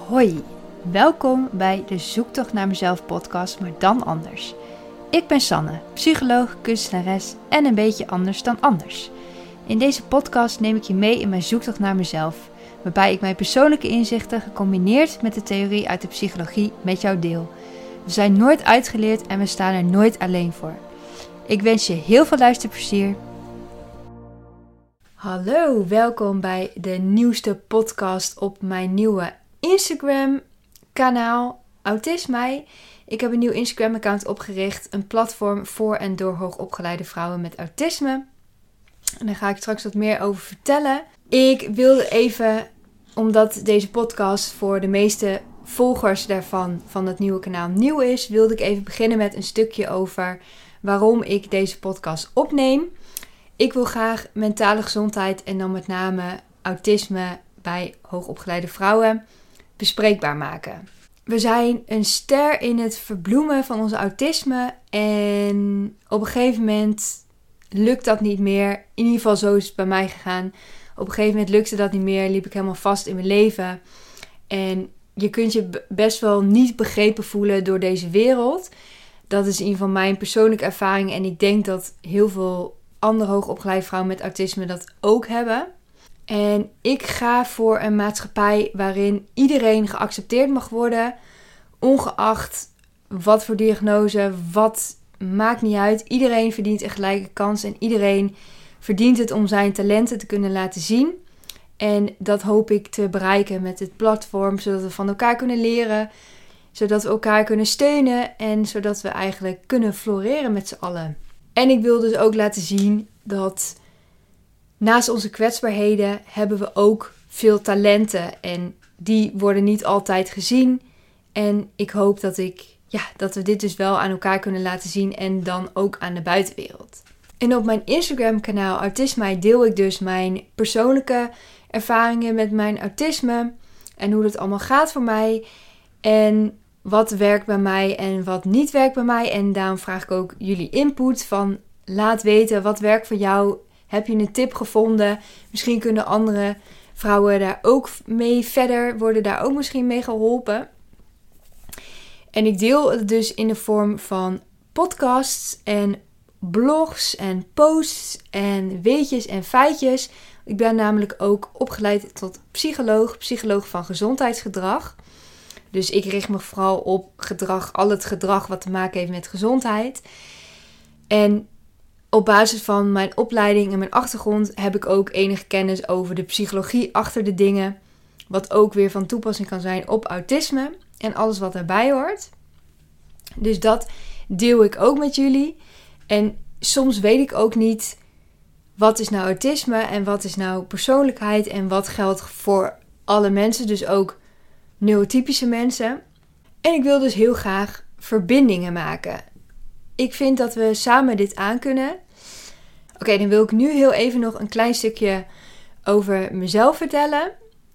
Hoi, welkom bij de Zoektocht naar mezelf podcast, maar dan anders. Ik ben Sanne, psycholoog, kunstenares en een beetje anders dan anders. In deze podcast neem ik je mee in mijn zoektocht naar mezelf, waarbij ik mijn persoonlijke inzichten gecombineerd met de theorie uit de psychologie met jou deel. We zijn nooit uitgeleerd en we staan er nooit alleen voor. Ik wens je heel veel luisterplezier. Hallo, welkom bij de nieuwste podcast op mijn nieuwe Instagram kanaal Autisme. Ik heb een nieuw Instagram account opgericht, een platform voor en door hoogopgeleide vrouwen met autisme. En daar ga ik straks wat meer over vertellen. Ik wilde even, omdat deze podcast voor de meeste volgers daarvan, van het nieuwe kanaal nieuw is, wilde ik even beginnen met een stukje over waarom ik deze podcast opneem. Ik wil graag mentale gezondheid en dan met name autisme bij hoogopgeleide vrouwen bespreekbaar maken. We zijn een ster in het verbloemen van onze autisme en op een gegeven moment lukt dat niet meer. In ieder geval zo is het bij mij gegaan. Op een gegeven moment lukte dat niet meer, liep ik helemaal vast in mijn leven. En je kunt je best wel niet begrepen voelen door deze wereld. Dat is in ieder geval mijn persoonlijke ervaring en ik denk dat heel veel andere hoogopgeleide vrouwen met autisme dat ook hebben. En ik ga voor een maatschappij waarin iedereen geaccepteerd mag worden, ongeacht wat voor diagnose, wat maakt niet uit. Iedereen verdient een gelijke kans en iedereen verdient het om zijn talenten te kunnen laten zien. En dat hoop ik te bereiken met dit platform, zodat we van elkaar kunnen leren, zodat we elkaar kunnen steunen en zodat we eigenlijk kunnen floreren met z'n allen. En ik wil dus ook laten zien dat naast onze kwetsbaarheden hebben we ook veel talenten. En die worden niet altijd gezien. En ik hoop dat we dit dus wel aan elkaar kunnen laten zien en dan ook aan de buitenwereld. En op mijn Instagram kanaal Autisme deel ik dus mijn persoonlijke ervaringen met mijn autisme. En hoe dat allemaal gaat voor mij. En wat werkt bij mij en wat niet werkt bij mij. En daarom vraag ik ook jullie input van laat weten wat werkt voor jou. Heb je een tip gevonden? Misschien kunnen andere vrouwen daar ook mee verder. Worden daar ook misschien mee geholpen. En ik deel het dus in de vorm van podcasts en blogs en posts en weetjes en feitjes. Ik ben namelijk ook opgeleid tot psycholoog van gezondheidsgedrag. Dus ik richt me vooral op gedrag, al het gedrag wat te maken heeft met gezondheid. En op basis van mijn opleiding en mijn achtergrond heb ik ook enige kennis over de psychologie achter de dingen. Wat ook weer van toepassing kan zijn op autisme en alles wat daarbij hoort. Dus dat deel ik ook met jullie. En soms weet ik ook niet wat is nou autisme en wat is nou persoonlijkheid en wat geldt voor alle mensen, dus ook neurotypische mensen. En ik wil dus heel graag verbindingen maken. Ik vind dat we samen dit aankunnen. Oké, dan wil ik nu heel even nog een klein stukje over mezelf vertellen.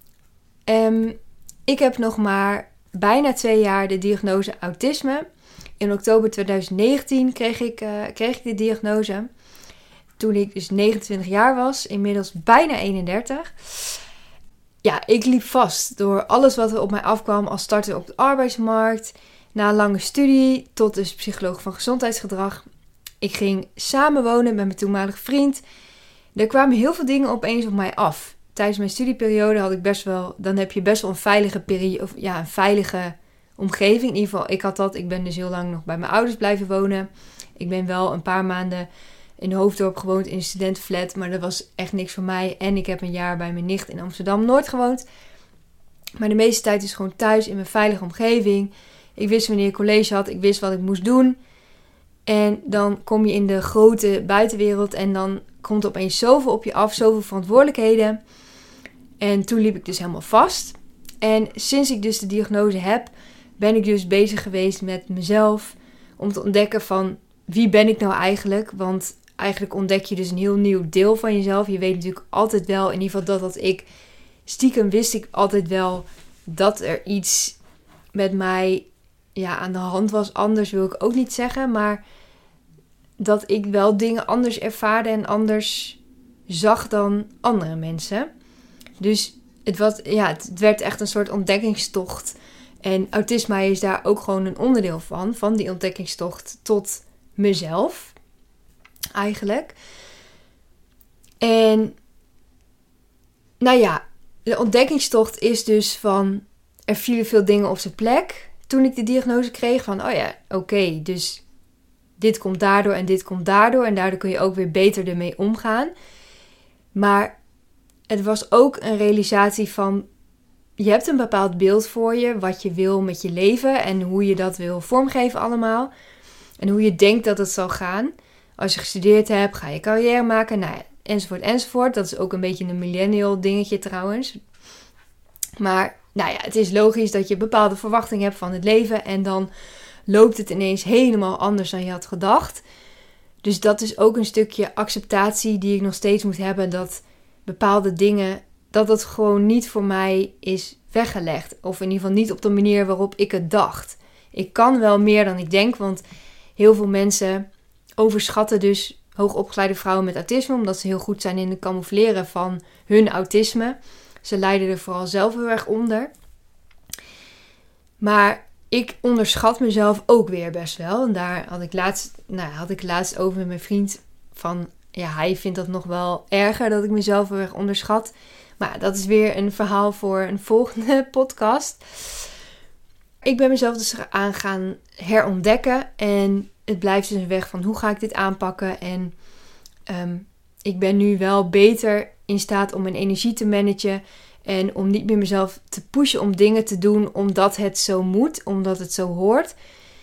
Ik heb nog maar bijna 2 jaar de diagnose autisme. In oktober 2019 kreeg ik de diagnose. Toen ik dus 29 jaar was, inmiddels bijna 31. Ja, ik liep vast door alles wat er op mij afkwam als starter op de arbeidsmarkt. Na een lange studie tot dus psycholoog van gezondheidsgedrag. Ik ging samenwonen met mijn toenmalige vriend. Er kwamen heel veel dingen opeens op mij af. Tijdens mijn studieperiode had ik dan heb je best wel een veilige periode, of ja, een veilige omgeving. In ieder geval, ik had dat. Ik ben dus heel lang nog bij mijn ouders blijven wonen. Ik ben wel een paar maanden in Hoofddorp gewoond in een studentenflat, maar dat was echt niks voor mij. En ik heb een jaar bij mijn nicht in Amsterdam-Noord gewoond. Maar de meeste tijd is gewoon thuis in mijn veilige omgeving. Ik wist wanneer ik college had, ik wist wat ik moest doen. En dan kom je in de grote buitenwereld en dan komt er opeens zoveel op je af, zoveel verantwoordelijkheden. En toen liep ik dus helemaal vast. En sinds ik dus de diagnose heb, ben ik dus bezig geweest met mezelf om te ontdekken van wie ben ik nou eigenlijk? Want eigenlijk ontdek je dus een heel nieuw deel van jezelf. Je weet natuurlijk altijd wel, in ieder geval dat ik stiekem wist ik altijd wel dat er iets met mij aan de hand was. Anders wil ik ook niet zeggen, maar dat ik wel dingen anders ervaarde en anders zag dan andere mensen. Dus het werd echt een soort ontdekkingstocht. En autisme is daar ook gewoon een onderdeel van die ontdekkingstocht tot mezelf eigenlijk. En nou ja, de ontdekkingstocht is dus van, er vielen veel dingen op zijn plek toen ik de diagnose kreeg van, oké, dus dit komt daardoor en dit komt daardoor en daardoor kun je ook weer beter ermee omgaan. Maar het was ook een realisatie van, je hebt een bepaald beeld voor je, wat je wil met je leven en hoe je dat wil vormgeven allemaal. En hoe je denkt dat het zal gaan. Als je gestudeerd hebt, ga je carrière maken, enzovoort, enzovoort. Dat is ook een beetje een millennial dingetje trouwens. Maar het is logisch dat je bepaalde verwachtingen hebt van het leven en dan loopt het ineens helemaal anders dan je had gedacht. Dus dat is ook een stukje acceptatie die ik nog steeds moet hebben, dat bepaalde dingen, dat het gewoon niet voor mij is weggelegd. Of in ieder geval niet op de manier waarop ik het dacht. Ik kan wel meer dan ik denk, want heel veel mensen overschatten dus hoogopgeleide vrouwen met autisme, omdat ze heel goed zijn in het camoufleren van hun autisme. Ze lijden er vooral zelf heel erg onder. Maar ik onderschat mezelf ook weer best wel. En daar had ik laatst over met mijn vriend van, hij vindt dat nog wel erger dat ik mezelf heel erg onderschat. Maar dat is weer een verhaal voor een volgende podcast. Ik ben mezelf dus aan gaan herontdekken. En het blijft dus een weg van, hoe ga ik dit aanpakken? En ik ben nu wel beter in staat om mijn energie te managen. En om niet meer mezelf te pushen om dingen te doen omdat het zo moet. Omdat het zo hoort.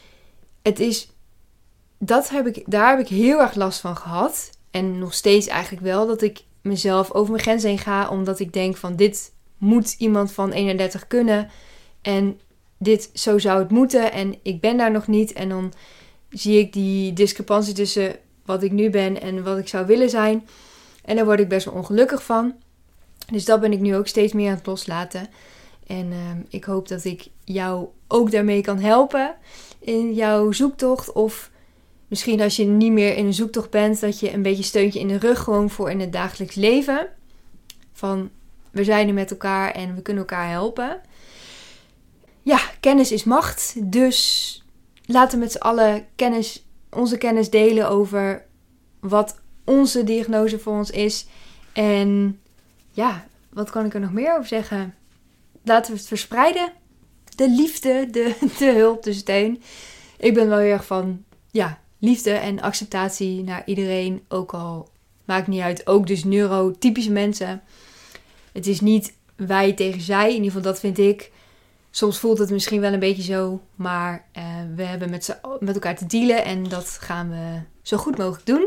Daar heb ik heel erg last van gehad. En nog steeds eigenlijk wel, dat ik mezelf over mijn grens heen ga. Omdat ik denk van, dit moet iemand van 31 kunnen. En zo zou het moeten. En ik ben daar nog niet. En dan zie ik die discrepantie tussen wat ik nu ben en wat ik zou willen zijn. En daar word ik best wel ongelukkig van. Dus dat ben ik nu ook steeds meer aan het loslaten. En ik hoop dat ik jou ook daarmee kan helpen in jouw zoektocht. Of misschien als je niet meer in een zoektocht bent, dat je een beetje steuntje in de rug gewoon voor in het dagelijks leven. Van, we zijn er met elkaar en we kunnen elkaar helpen. Ja, kennis is macht. Dus laten we met z'n allen onze kennis delen over wat onze diagnose voor ons is. En ja, wat kan ik er nog meer over zeggen? Laten we het verspreiden. De liefde, de hulp, de steun. Ik ben wel heel erg van, liefde en acceptatie naar iedereen. Ook al, maakt niet uit, ook dus neurotypische mensen. Het is niet wij tegen zij, in ieder geval dat vind ik. Soms voelt het misschien wel een beetje zo, maar we hebben met elkaar te dealen en dat gaan we zo goed mogelijk doen.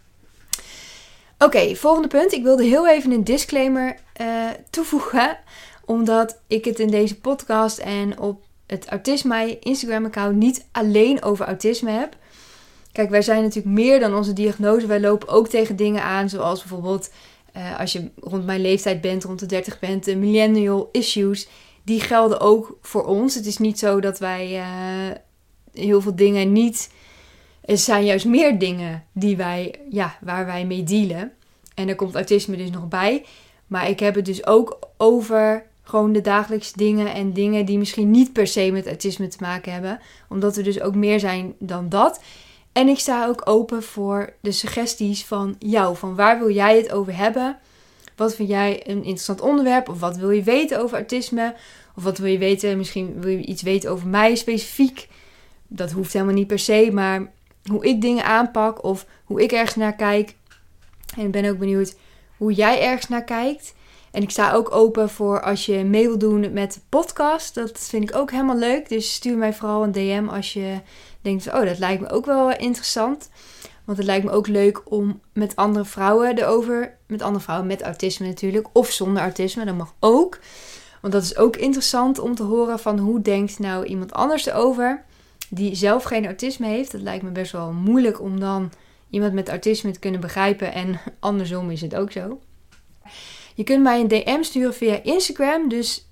Oké, volgende punt. Ik wilde heel even een disclaimer toevoegen, omdat ik het in deze podcast en op het Autisme Instagram-account niet alleen over autisme heb. Kijk, wij zijn natuurlijk meer dan onze diagnose. Wij lopen ook tegen dingen aan, zoals bijvoorbeeld als je rond mijn leeftijd bent, rond de 30 bent, de millennial issues. Die gelden ook voor ons. Het is niet zo dat wij heel veel dingen niet. Er zijn juist meer dingen waar wij mee dealen. En daar komt autisme dus nog bij. Maar ik heb het dus ook over gewoon de dagelijkse dingen en dingen die misschien niet per se met autisme te maken hebben. Omdat we dus ook meer zijn dan dat. En ik sta ook open voor de suggesties van jou. Van waar wil jij het over hebben? Wat vind jij een interessant onderwerp? Of wat wil je weten over autisme? Of wat wil je weten? Misschien wil je iets weten over mij specifiek. Dat hoeft helemaal niet per se. Maar hoe ik dingen aanpak of hoe ik ergens naar kijk. En ik ben ook benieuwd hoe jij ergens naar kijkt. En ik sta ook open voor als je mee wil doen met de podcast. Dat vind ik ook helemaal leuk. Dus stuur mij vooral een DM als je denkt, dat lijkt me ook wel interessant. Want het lijkt me ook leuk om met andere vrouwen met andere vrouwen met autisme natuurlijk, of zonder autisme, dat mag ook. Want dat is ook interessant om te horen van hoe denkt nou iemand anders erover, die zelf geen autisme heeft. Dat lijkt me best wel moeilijk om dan iemand met autisme te kunnen begrijpen en andersom is het ook zo. Je kunt mij een DM sturen via Instagram, dus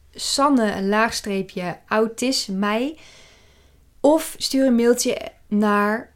Sanne_autismij. Of stuur een mailtje naar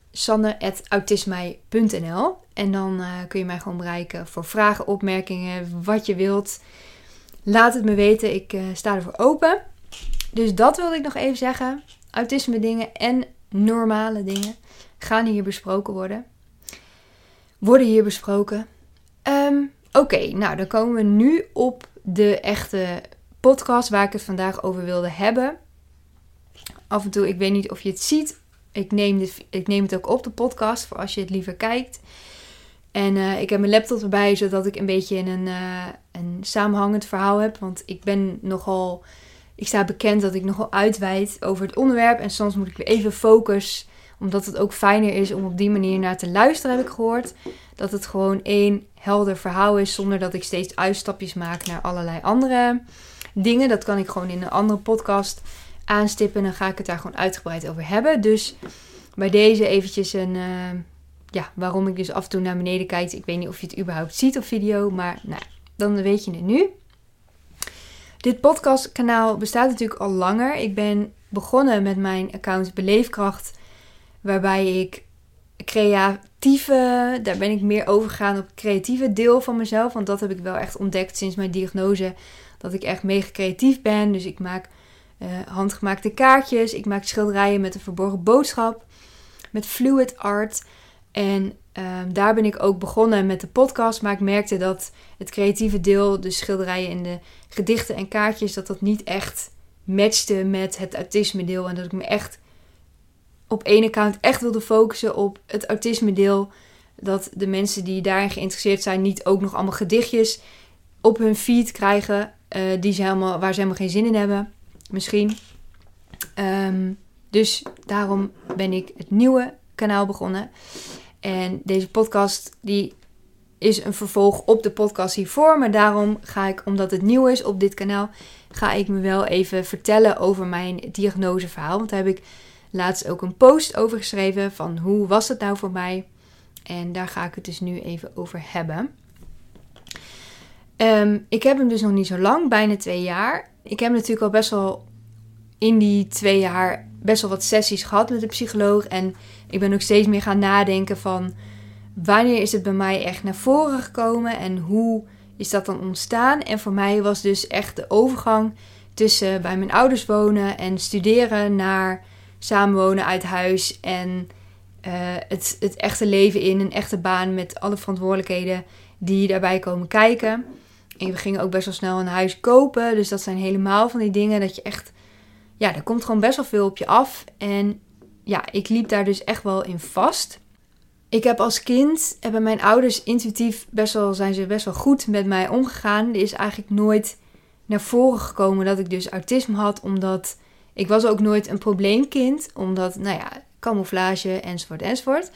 sanne@autismij.nl. En dan kun je mij gewoon bereiken voor vragen, opmerkingen, wat je wilt. laat het me weten. Ik sta ervoor open. Dus dat wilde ik nog even zeggen. Autisme dingen en normale dingen gaan hier besproken worden. Worden hier besproken. Oké, nou dan komen we nu op de echte podcast waar ik het vandaag over wilde hebben. Af en toe, ik weet niet of je het ziet. Ik neem het ook op, de podcast, voor als je het liever kijkt. En ik heb mijn laptop erbij, zodat ik een beetje een samenhangend verhaal heb. Want ik sta bekend dat ik nogal uitweid over het onderwerp. En soms moet ik weer even focus, omdat het ook fijner is om op die manier naar te luisteren, heb ik gehoord. Dat het gewoon één helder verhaal is, zonder dat ik steeds uitstapjes maak naar allerlei andere dingen. Dat kan ik gewoon in een andere podcast aanstippen en dan ga ik het daar gewoon uitgebreid over hebben. Dus bij deze eventjes waarom ik dus af en toe naar beneden kijk. Ik weet niet of je het überhaupt ziet op video, maar nou, dan weet je het nu. Dit podcastkanaal bestaat natuurlijk al langer. Ik ben begonnen met mijn account Beleefkracht, waarbij ik daar ben ik meer overgegaan op het creatieve deel van mezelf. Want dat heb ik wel echt ontdekt sinds mijn diagnose, dat ik echt mega creatief ben. Dus ik maak handgemaakte kaartjes, ik maak schilderijen met een verborgen boodschap, met fluid art. En daar ben ik ook begonnen met de podcast. Maar ik merkte dat het creatieve deel, de schilderijen en de gedichten en kaartjes, dat niet echt matchte met het autisme deel. En dat ik me echt op één account echt wilde focussen op het autisme deel. Dat de mensen die daarin geïnteresseerd zijn niet ook nog allemaal gedichtjes op hun feed krijgen waar ze helemaal geen zin in hebben. Misschien. Dus daarom ben ik het nieuwe kanaal begonnen. En deze podcast die is een vervolg op de podcast hiervoor. Maar daarom omdat het nieuw is op dit kanaal, ga ik me wel even vertellen over mijn diagnoseverhaal. Want daar heb ik laatst ook een post over geschreven van hoe was het nou voor mij. En daar ga ik het dus nu even over hebben. Ik heb hem dus nog niet zo lang, bijna 2 jaar. Ik heb natuurlijk al best wel in die 2 jaar best wel wat sessies gehad met de psycholoog. En ik ben ook steeds meer gaan nadenken van wanneer is het bij mij echt naar voren gekomen en hoe is dat dan ontstaan. En voor mij was dus echt de overgang tussen bij mijn ouders wonen en studeren naar samenwonen uit huis en het echte leven in een echte baan met alle verantwoordelijkheden die daarbij komen kijken. En we gingen ook best wel snel een huis kopen. Dus dat zijn helemaal van die dingen dat je echt, ja, er komt gewoon best wel veel op je af. En ja, ik liep daar dus echt wel in vast. Ik heb als kind, hebben mijn ouders intuïtief zijn ze best wel goed met mij omgegaan. Er is eigenlijk nooit naar voren gekomen dat ik dus autisme had, omdat ik was ook nooit een probleemkind, omdat, camouflage enzovoort.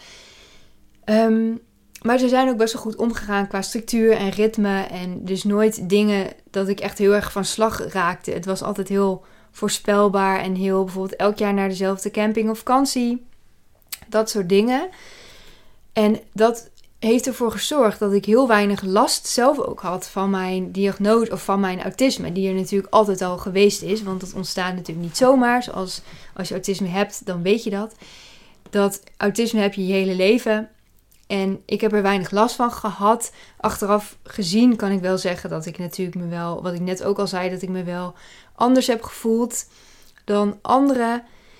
Maar ze zijn ook best wel goed omgegaan qua structuur en ritme en dus nooit dingen dat ik echt heel erg van slag raakte. Het was altijd heel voorspelbaar en heel bijvoorbeeld elk jaar naar dezelfde camping of vakantie. Dat soort dingen. En dat heeft ervoor gezorgd dat ik heel weinig last zelf ook had van mijn diagnose of van mijn autisme. Die er natuurlijk altijd al geweest is, want dat ontstaat natuurlijk niet zomaar. Zoals als je autisme hebt, dan weet je dat. Dat autisme heb je je hele leven. En ik heb er weinig last van gehad. Achteraf gezien kan ik wel zeggen dat ik natuurlijk me wel, wat ik net ook al zei, dat ik me wel anders heb gevoeld dan anderen.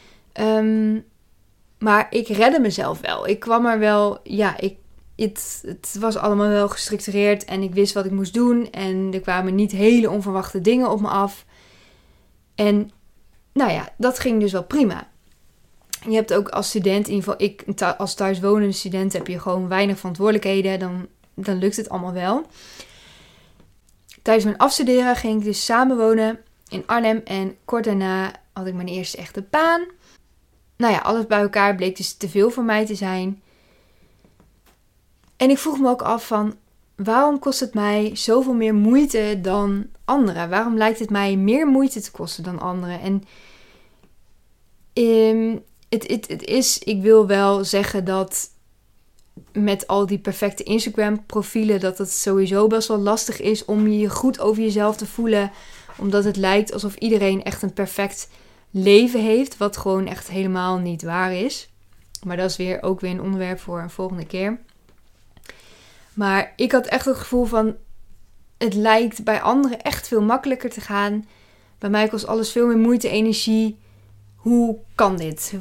Maar ik redde mezelf wel. Ik kwam er wel, het was allemaal wel gestructureerd en ik wist wat ik moest doen. En er kwamen niet hele onverwachte dingen op me af. En dat ging dus wel prima. Je hebt ook als student, in ieder geval als thuiswonende student, heb je gewoon weinig verantwoordelijkheden. Dan lukt het allemaal wel. Tijdens mijn afstuderen ging ik dus samenwonen in Arnhem. En kort daarna had ik mijn eerste echte baan. Alles bij elkaar bleek dus te veel voor mij te zijn. En ik vroeg me ook af van, waarom kost het mij zoveel meer moeite dan anderen? Waarom lijkt het mij meer moeite te kosten dan anderen? En ik wil wel zeggen dat met al die perfecte Instagram profielen, dat het sowieso best wel lastig is om je goed over jezelf te voelen. Omdat het lijkt alsof iedereen echt een perfect leven heeft, wat gewoon echt helemaal niet waar is. Maar dat is ook weer een onderwerp voor een volgende keer. Maar ik had echt het gevoel van, het lijkt bij anderen echt veel makkelijker te gaan. Bij mij kost alles veel meer moeite, energie. Hoe kan dit?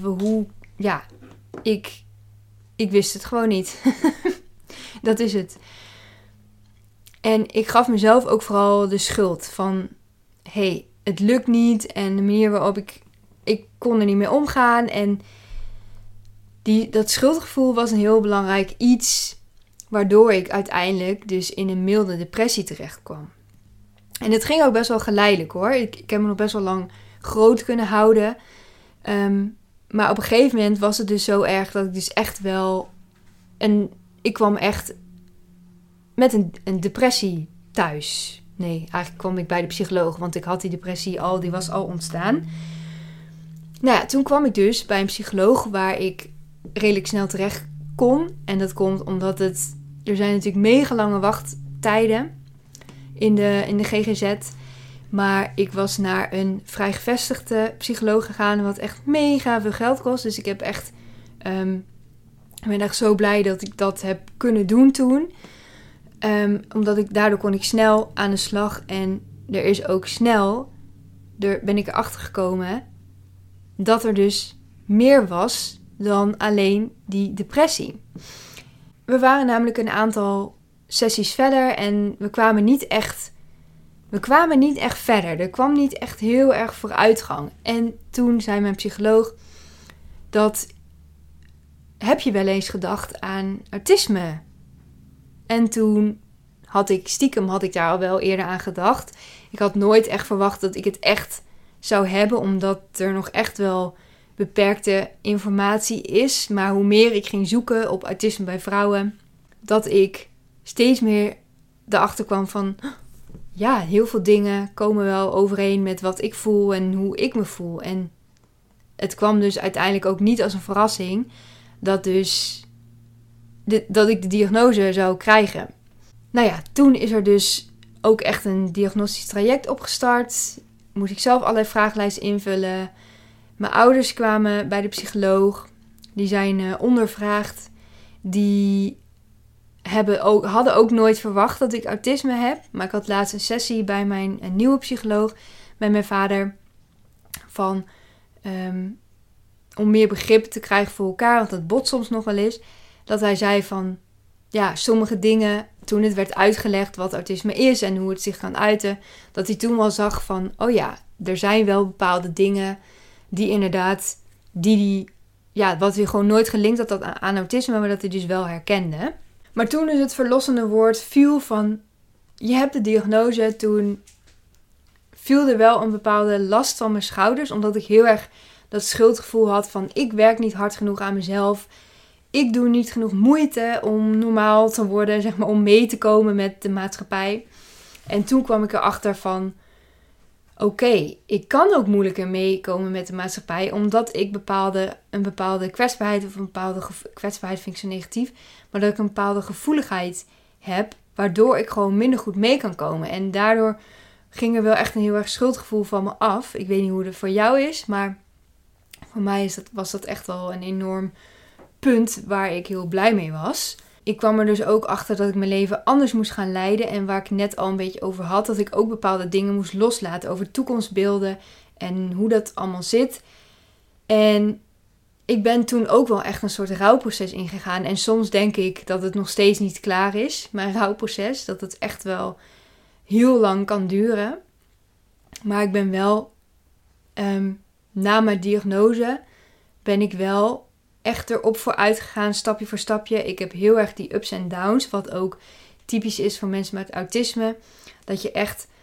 Ik wist het gewoon niet. Dat is het. En ik gaf mezelf ook vooral de schuld van... het lukt niet. En de manier waarop ik kon er niet mee omgaan. En dat schuldgevoel was een heel belangrijk iets... waardoor ik uiteindelijk dus in een milde depressie terecht kwam. En het ging ook best wel geleidelijk hoor. Ik heb me nog best wel lang groot kunnen houden. Maar op een gegeven moment was het dus zo erg dat ik dus echt wel... ik kwam echt met een depressie thuis. Nee, eigenlijk kwam ik bij de psycholoog, want ik had die depressie die was al ontstaan. Nou ja, toen kwam ik dus bij een psycholoog waar ik redelijk snel terecht kon. En dat komt omdat er zijn natuurlijk mega lange wachttijden in de GGZ. Maar ik was naar een vrij gevestigde psycholoog gegaan, wat echt mega veel geld kost. Dus ik heb echt, ik ben echt zo blij dat ik dat heb kunnen doen toen. Daardoor kon ik snel aan de slag. En er is ook ben ik erachter gekomen dat er dus meer was dan alleen die depressie. We waren namelijk een aantal sessies verder en we kwamen niet echt verder. Er kwam niet echt heel erg vooruitgang. En toen zei mijn psycholoog heb je wel eens gedacht aan autisme? En toen had ik daar al wel eerder aan gedacht. Ik had nooit echt verwacht dat ik het echt zou hebben, omdat er nog echt wel beperkte informatie is. Maar hoe meer ik ging zoeken op autisme bij vrouwen, dat ik steeds meer erachter kwam van... ja, heel veel dingen komen wel overeen met wat ik voel en hoe ik me voel. En het kwam dus uiteindelijk ook niet als een verrassing dat ik de diagnose zou krijgen. Nou ja, toen is er dus ook echt een diagnostisch traject opgestart. Moest ik zelf allerlei vragenlijsten invullen. Mijn ouders kwamen bij de psycholoog. Die zijn ondervraagd. Die hadden ook nooit verwacht dat ik autisme heb. Maar ik had laatst een sessie bij mijn nieuwe psycholoog, bij mijn vader, om meer begrip te krijgen voor elkaar, want dat botst soms nog wel eens. Dat hij zei van, ja, sommige dingen, toen het werd uitgelegd wat autisme is en hoe het zich kan uiten, dat hij toen wel zag van, oh ja, er zijn wel bepaalde dingen die inderdaad, wat hij gewoon nooit gelinkt had aan autisme, maar dat hij dus wel herkende. Maar toen dus het verlossende woord viel van, je hebt de diagnose, toen viel er wel een bepaalde last van mijn schouders. Omdat ik heel erg dat schuldgevoel had van, ik werk niet hard genoeg aan mezelf. Ik doe niet genoeg moeite om normaal te worden, zeg maar, om mee te komen met de maatschappij. En toen kwam ik erachter van, oké, ik kan ook moeilijker meekomen met de maatschappij, omdat ik een bepaalde kwetsbaarheid, of een bepaalde kwetsbaarheid vind ik zo negatief, maar dat ik een bepaalde gevoeligheid heb, waardoor ik gewoon minder goed mee kan komen. En daardoor ging er wel echt een heel erg schuldgevoel van me af. Ik weet niet hoe het voor jou is, maar voor mij was dat echt wel een enorm punt waar ik heel blij mee was. Ik kwam er dus ook achter dat ik mijn leven anders moest gaan leiden. En waar ik net al een beetje over had, dat ik ook bepaalde dingen moest loslaten over toekomstbeelden en hoe dat allemaal zit. En ik ben toen ook wel echt een soort rouwproces ingegaan. En soms denk ik dat het nog steeds niet klaar is, mijn rouwproces. Dat het echt wel heel lang kan duren. Maar ik ben wel, na mijn diagnose, ben ik wel echt erop vooruit gegaan, stapje voor stapje. Ik heb heel erg die ups en downs, wat ook typisch is voor mensen met autisme. Dat je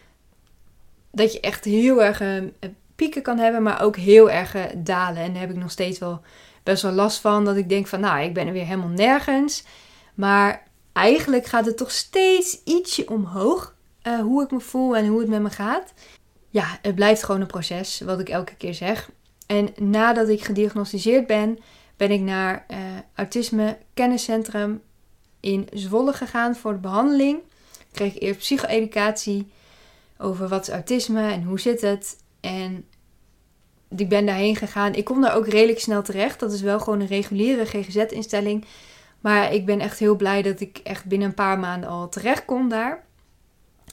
echt heel erg pieken kan hebben, maar ook heel erg dalen. En daar heb ik nog steeds wel best wel last van. Dat ik denk van, nou, ik ben er weer helemaal nergens. Maar eigenlijk gaat het toch steeds ietsje omhoog. Hoe ik me voel en hoe het met me gaat. Ja, het blijft gewoon een proces, wat ik elke keer zeg. En nadat ik gediagnosticeerd ben ik naar Autisme Kenniscentrum in Zwolle gegaan voor de behandeling. Ik kreeg eerst psycho-educatie over wat is autisme en hoe zit het. En ik ben daarheen gegaan. Ik kom daar ook redelijk snel terecht. Dat is wel gewoon een reguliere GGZ-instelling. Maar ik ben echt heel blij dat ik echt binnen een paar maanden al terecht kon daar.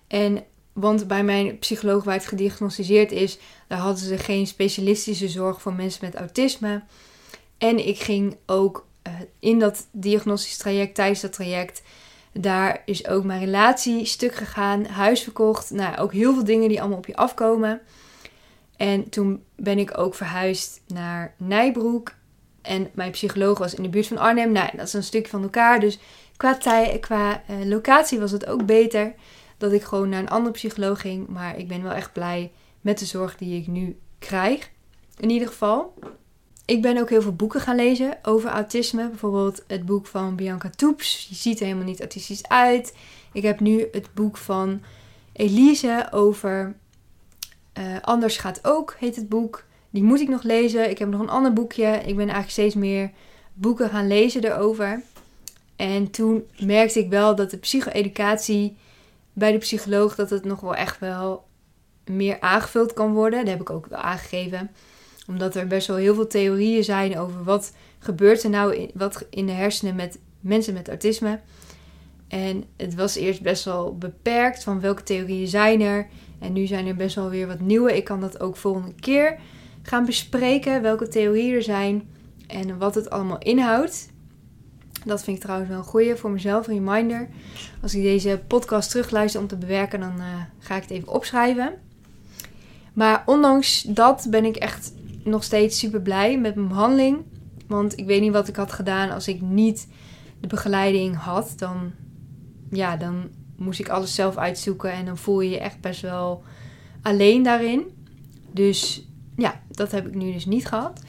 Want bij mijn psycholoog waar het gediagnosticeerd is, daar hadden ze geen specialistische zorg voor mensen met autisme. En ik ging ook in dat diagnostisch traject, tijdens dat traject, daar is ook mijn relatie stuk gegaan, huis verkocht. Nou, ook heel veel dingen die allemaal op je afkomen. En toen ben ik ook verhuisd naar Nijbroek. En mijn psycholoog was in de buurt van Arnhem. Nou, dat is een stukje van elkaar. Dus qua locatie was het ook beter dat ik gewoon naar een andere psycholoog ging. Maar ik ben wel echt blij met de zorg die ik nu krijg. In ieder geval. Ik ben ook heel veel boeken gaan lezen over autisme. Bijvoorbeeld het boek van Bianca Toeps. Die ziet er helemaal niet autistisch uit. Ik heb nu het boek van Elise over Anders gaat ook, heet het boek. Die moet ik nog lezen. Ik heb nog een ander boekje. Ik ben eigenlijk steeds meer boeken gaan lezen erover. En toen merkte ik wel dat de psycho-educatie bij de psycholoog, dat het nog wel echt wel meer aangevuld kan worden. Dat heb ik ook wel aangegeven. Omdat er best wel heel veel theorieën zijn over wat gebeurt er nou wat in de hersenen met mensen met autisme. En het was eerst best wel beperkt van welke theorieën zijn er. En nu zijn er best wel weer wat nieuwe. Ik kan dat ook volgende keer gaan bespreken. Welke theorieën er zijn en wat het allemaal inhoudt. Dat vind ik trouwens wel een goeie voor mezelf, een reminder. Als ik deze podcast terugluister om te bewerken, dan ga ik het even opschrijven. Maar ondanks dat ben ik echt nog steeds super blij met mijn behandeling. Want ik weet niet wat ik had gedaan als ik niet de begeleiding had. Dan moest ik alles zelf uitzoeken en dan voel je je echt best wel alleen daarin. Dus ja, dat heb ik nu dus niet gehad.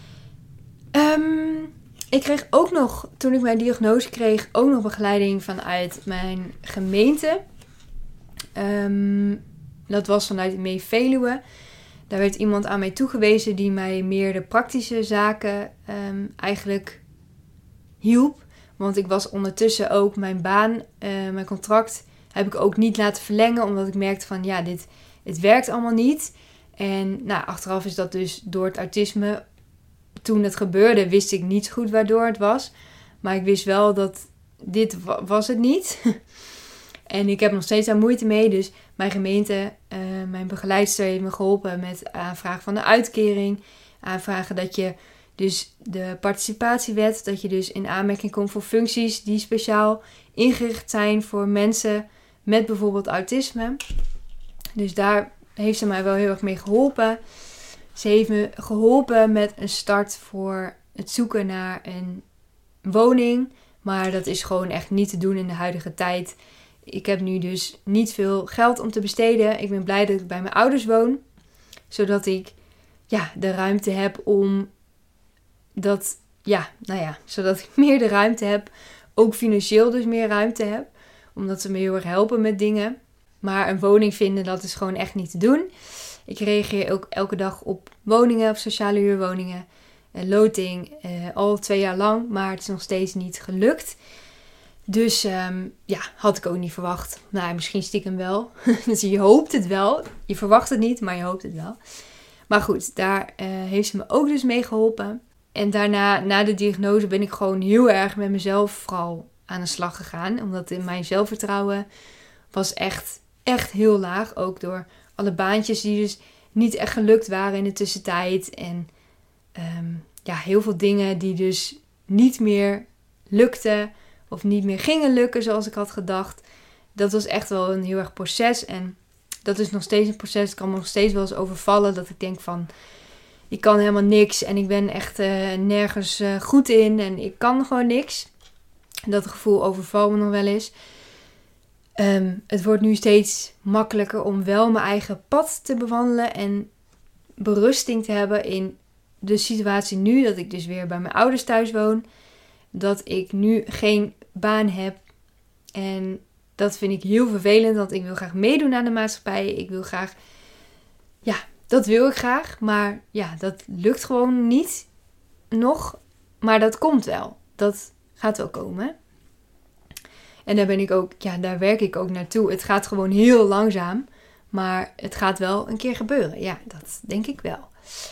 Ik kreeg ook nog, toen ik mijn diagnose kreeg, ook nog begeleiding vanuit mijn gemeente. Dat was vanuit de mee Veluwe. Daar werd iemand aan mij toegewezen die mij meer de praktische zaken eigenlijk hielp. Want ik was ondertussen ook mijn baan, mijn contract, heb ik ook niet laten verlengen. Omdat ik merkte van ja, het werkt allemaal niet. En nou, achteraf is dat dus door het autisme. Toen het gebeurde wist ik niet zo goed waardoor het was. Maar ik wist wel dat dit was het niet. En ik heb nog steeds daar moeite mee. Dus mijn gemeente, mijn begeleidster heeft me geholpen met aanvragen van de uitkering. Aanvragen dat je dus de participatiewet, dat je dus in aanmerking komt voor functies die speciaal ingericht zijn voor mensen met bijvoorbeeld autisme. Dus daar heeft ze mij wel heel erg mee geholpen. Ze heeft me geholpen met een start voor het zoeken naar een woning. Maar dat is gewoon echt niet te doen in de huidige tijd. Ik heb nu dus niet veel geld om te besteden. Ik ben blij dat ik bij mijn ouders woon. Zodat ik de ruimte heb om zodat ik meer de ruimte heb. Ook financieel dus meer ruimte heb. Omdat ze me heel erg helpen met dingen. Maar een woning vinden, dat is gewoon echt niet te doen. Ik reageer ook elke dag op woningen, op sociale huurwoningen. Loting, al 2 jaar lang. Maar het is nog steeds niet gelukt. Dus had ik ook niet verwacht. Nou, misschien stiekem wel. Dus je hoopt het wel. Je verwacht het niet, maar je hoopt het wel. Maar goed, daar heeft ze me ook dus mee geholpen. En daarna, na de diagnose, ben ik gewoon heel erg met mezelf vooral aan de slag gegaan. Omdat mijn zelfvertrouwen was echt heel laag. Ook door alle baantjes die dus niet echt gelukt waren in de tussentijd. En heel veel dingen die dus niet meer lukten. Of niet meer gingen lukken zoals ik had gedacht. Dat was echt wel een heel erg proces. En dat is nog steeds een proces. Het kan me nog steeds wel eens overvallen. Dat ik denk van, ik kan helemaal niks. En ik ben echt nergens goed in. En ik kan gewoon niks. Dat gevoel overvalt me nog wel eens. Het wordt nu steeds makkelijker om wel mijn eigen pad te bewandelen. En berusting te hebben in de situatie nu. Dat ik dus weer bij mijn ouders thuis woon. Dat ik nu geen baan heb. En dat vind ik heel vervelend. Want ik wil graag meedoen aan de maatschappij. Ik wil graag... dat wil ik graag. Maar dat lukt gewoon niet nog. Maar dat komt wel. Dat gaat wel komen. En daar ben ik ook... daar werk ik ook naartoe. Het gaat gewoon heel langzaam. Maar het gaat wel een keer gebeuren. Ja, dat denk ik wel.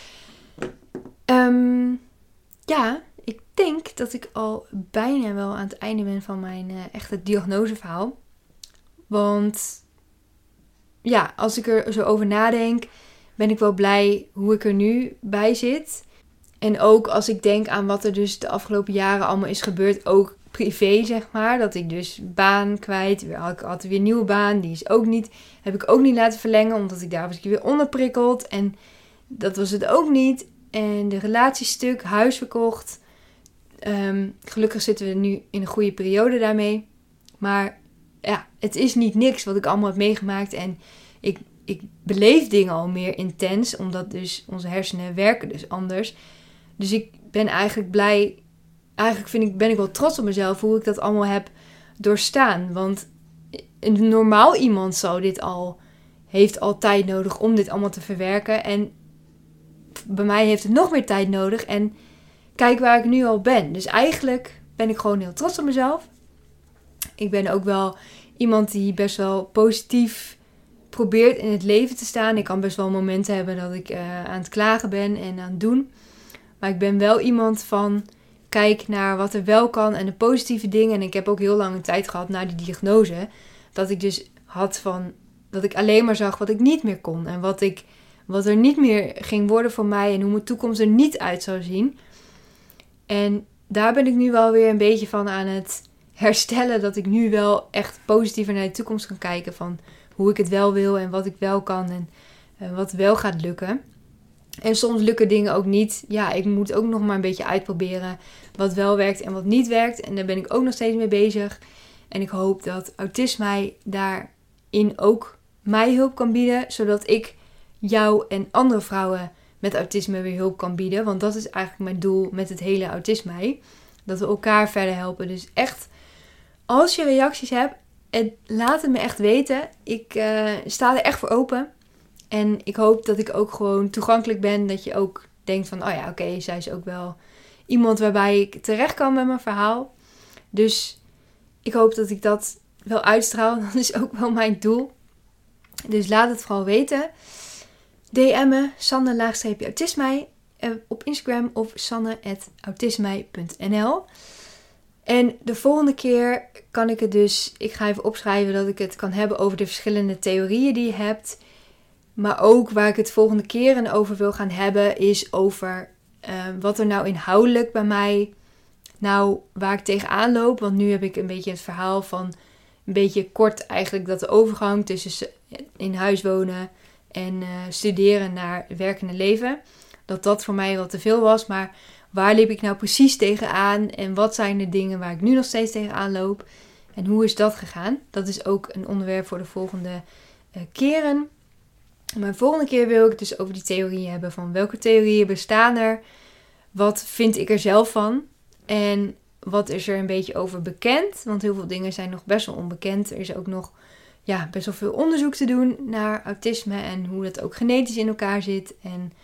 Ik denk dat ik al bijna wel aan het einde ben van mijn echte diagnoseverhaal. Want als ik er zo over nadenk, ben ik wel blij hoe ik er nu bij zit. En ook als ik denk aan wat er dus de afgelopen jaren allemaal is gebeurd, ook privé zeg maar. Dat ik dus baan kwijt, ik had weer een nieuwe baan, heb ik ook niet laten verlengen, omdat ik daar was weer onderprikkeld. En dat was het ook niet. En de relatiestuk, huis verkocht. Gelukkig zitten we nu in een goede periode daarmee. Maar ja, het is niet niks wat ik allemaal heb meegemaakt. En ik beleef dingen al meer intens, omdat dus onze hersenen werken dus anders. Dus ik ben eigenlijk blij. Eigenlijk ben ik wel trots op mezelf hoe ik dat allemaal heb doorstaan. Want een normaal iemand heeft al tijd nodig om dit allemaal te verwerken. En bij mij heeft het nog meer tijd nodig. En kijk waar ik nu al ben. Dus eigenlijk ben ik gewoon heel trots op mezelf. Ik ben ook wel iemand die best wel positief probeert in het leven te staan. Ik kan best wel momenten hebben dat ik aan het klagen ben en aan het doen. Maar ik ben wel iemand van kijk naar wat er wel kan en de positieve dingen. En ik heb ook heel lang een tijd gehad na die diagnose. Dat ik dus dat ik alleen maar zag wat ik niet meer kon. En wat er niet meer ging worden voor mij. En hoe mijn toekomst er niet uit zou zien. En daar ben ik nu wel weer een beetje van aan het herstellen. Dat ik nu wel echt positiever naar de toekomst kan kijken. Van hoe ik het wel wil en wat ik wel kan. En wat wel gaat lukken. En soms lukken dingen ook niet. Ja, ik moet ook nog maar een beetje uitproberen wat wel werkt en wat niet werkt. En daar ben ik ook nog steeds mee bezig. En ik hoop dat Autisme daarin ook mij hulp kan bieden. Zodat ik jou en andere vrouwen met autisme weer hulp kan bieden. Want dat is eigenlijk mijn doel met het hele Autisme. Dat we elkaar verder helpen. Dus echt, als je reacties hebt, laat het me echt weten. Ik sta er echt voor open. En ik hoop dat ik ook gewoon toegankelijk ben. Dat je ook denkt van, oké, zij is ook wel iemand waarbij ik terecht kan met mijn verhaal. Dus ik hoop dat ik dat wel uitstraal. Dat is ook wel mijn doel. Dus laat het vooral weten. DM me, Sanne_autisme op Instagram of sanne@autisme.nl. En de volgende keer kan ik het dus, ik ga even opschrijven dat ik het kan hebben over de verschillende theorieën die je hebt. Maar ook waar ik het volgende keer over wil gaan hebben is over wat er nou inhoudelijk bij mij, waar ik tegenaan loop. Want nu heb ik een beetje het verhaal van een beetje kort eigenlijk dat de overgang tussen in huis wonen en studeren naar werkende leven. Dat voor mij wel te veel was. Maar waar liep ik nou precies tegenaan? En wat zijn de dingen waar ik nu nog steeds tegenaan loop? En hoe is dat gegaan? Dat is ook een onderwerp voor de volgende keren. Maar de volgende keer wil ik het dus over die theorieën hebben. Van welke theorieën bestaan er? Wat vind ik er zelf van? En wat is er een beetje over bekend? Want heel veel dingen zijn nog best wel onbekend. Er is ook nog best wel veel onderzoek te doen naar autisme. En hoe dat ook genetisch in elkaar zit. En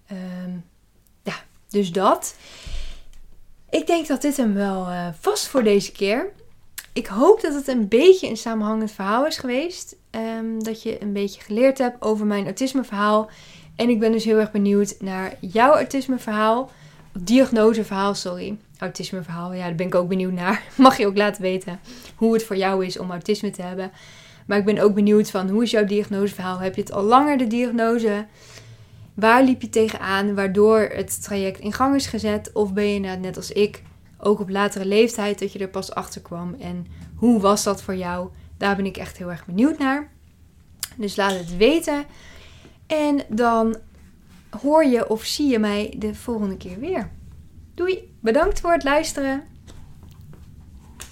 dus dat. Ik denk dat dit hem wel vast voor deze keer. Ik hoop dat het een beetje een samenhangend verhaal is geweest. Dat je een beetje geleerd hebt over mijn autismeverhaal. En ik ben dus heel erg benieuwd naar jouw autismeverhaal. Diagnoseverhaal, sorry. Autismeverhaal, ja, daar ben ik ook benieuwd naar. Mag je ook laten weten hoe het voor jou is om autisme te hebben. Maar ik ben ook benieuwd van hoe is jouw diagnoseverhaal? Heb je het al langer, de diagnose? Waar liep je tegenaan waardoor het traject in gang is gezet? Of ben je net als ik ook op latere leeftijd dat je er pas achter kwam? En hoe was dat voor jou? Daar ben ik echt heel erg benieuwd naar. Dus laat het weten. En dan hoor je of zie je mij de volgende keer weer. Doei! Bedankt voor het luisteren.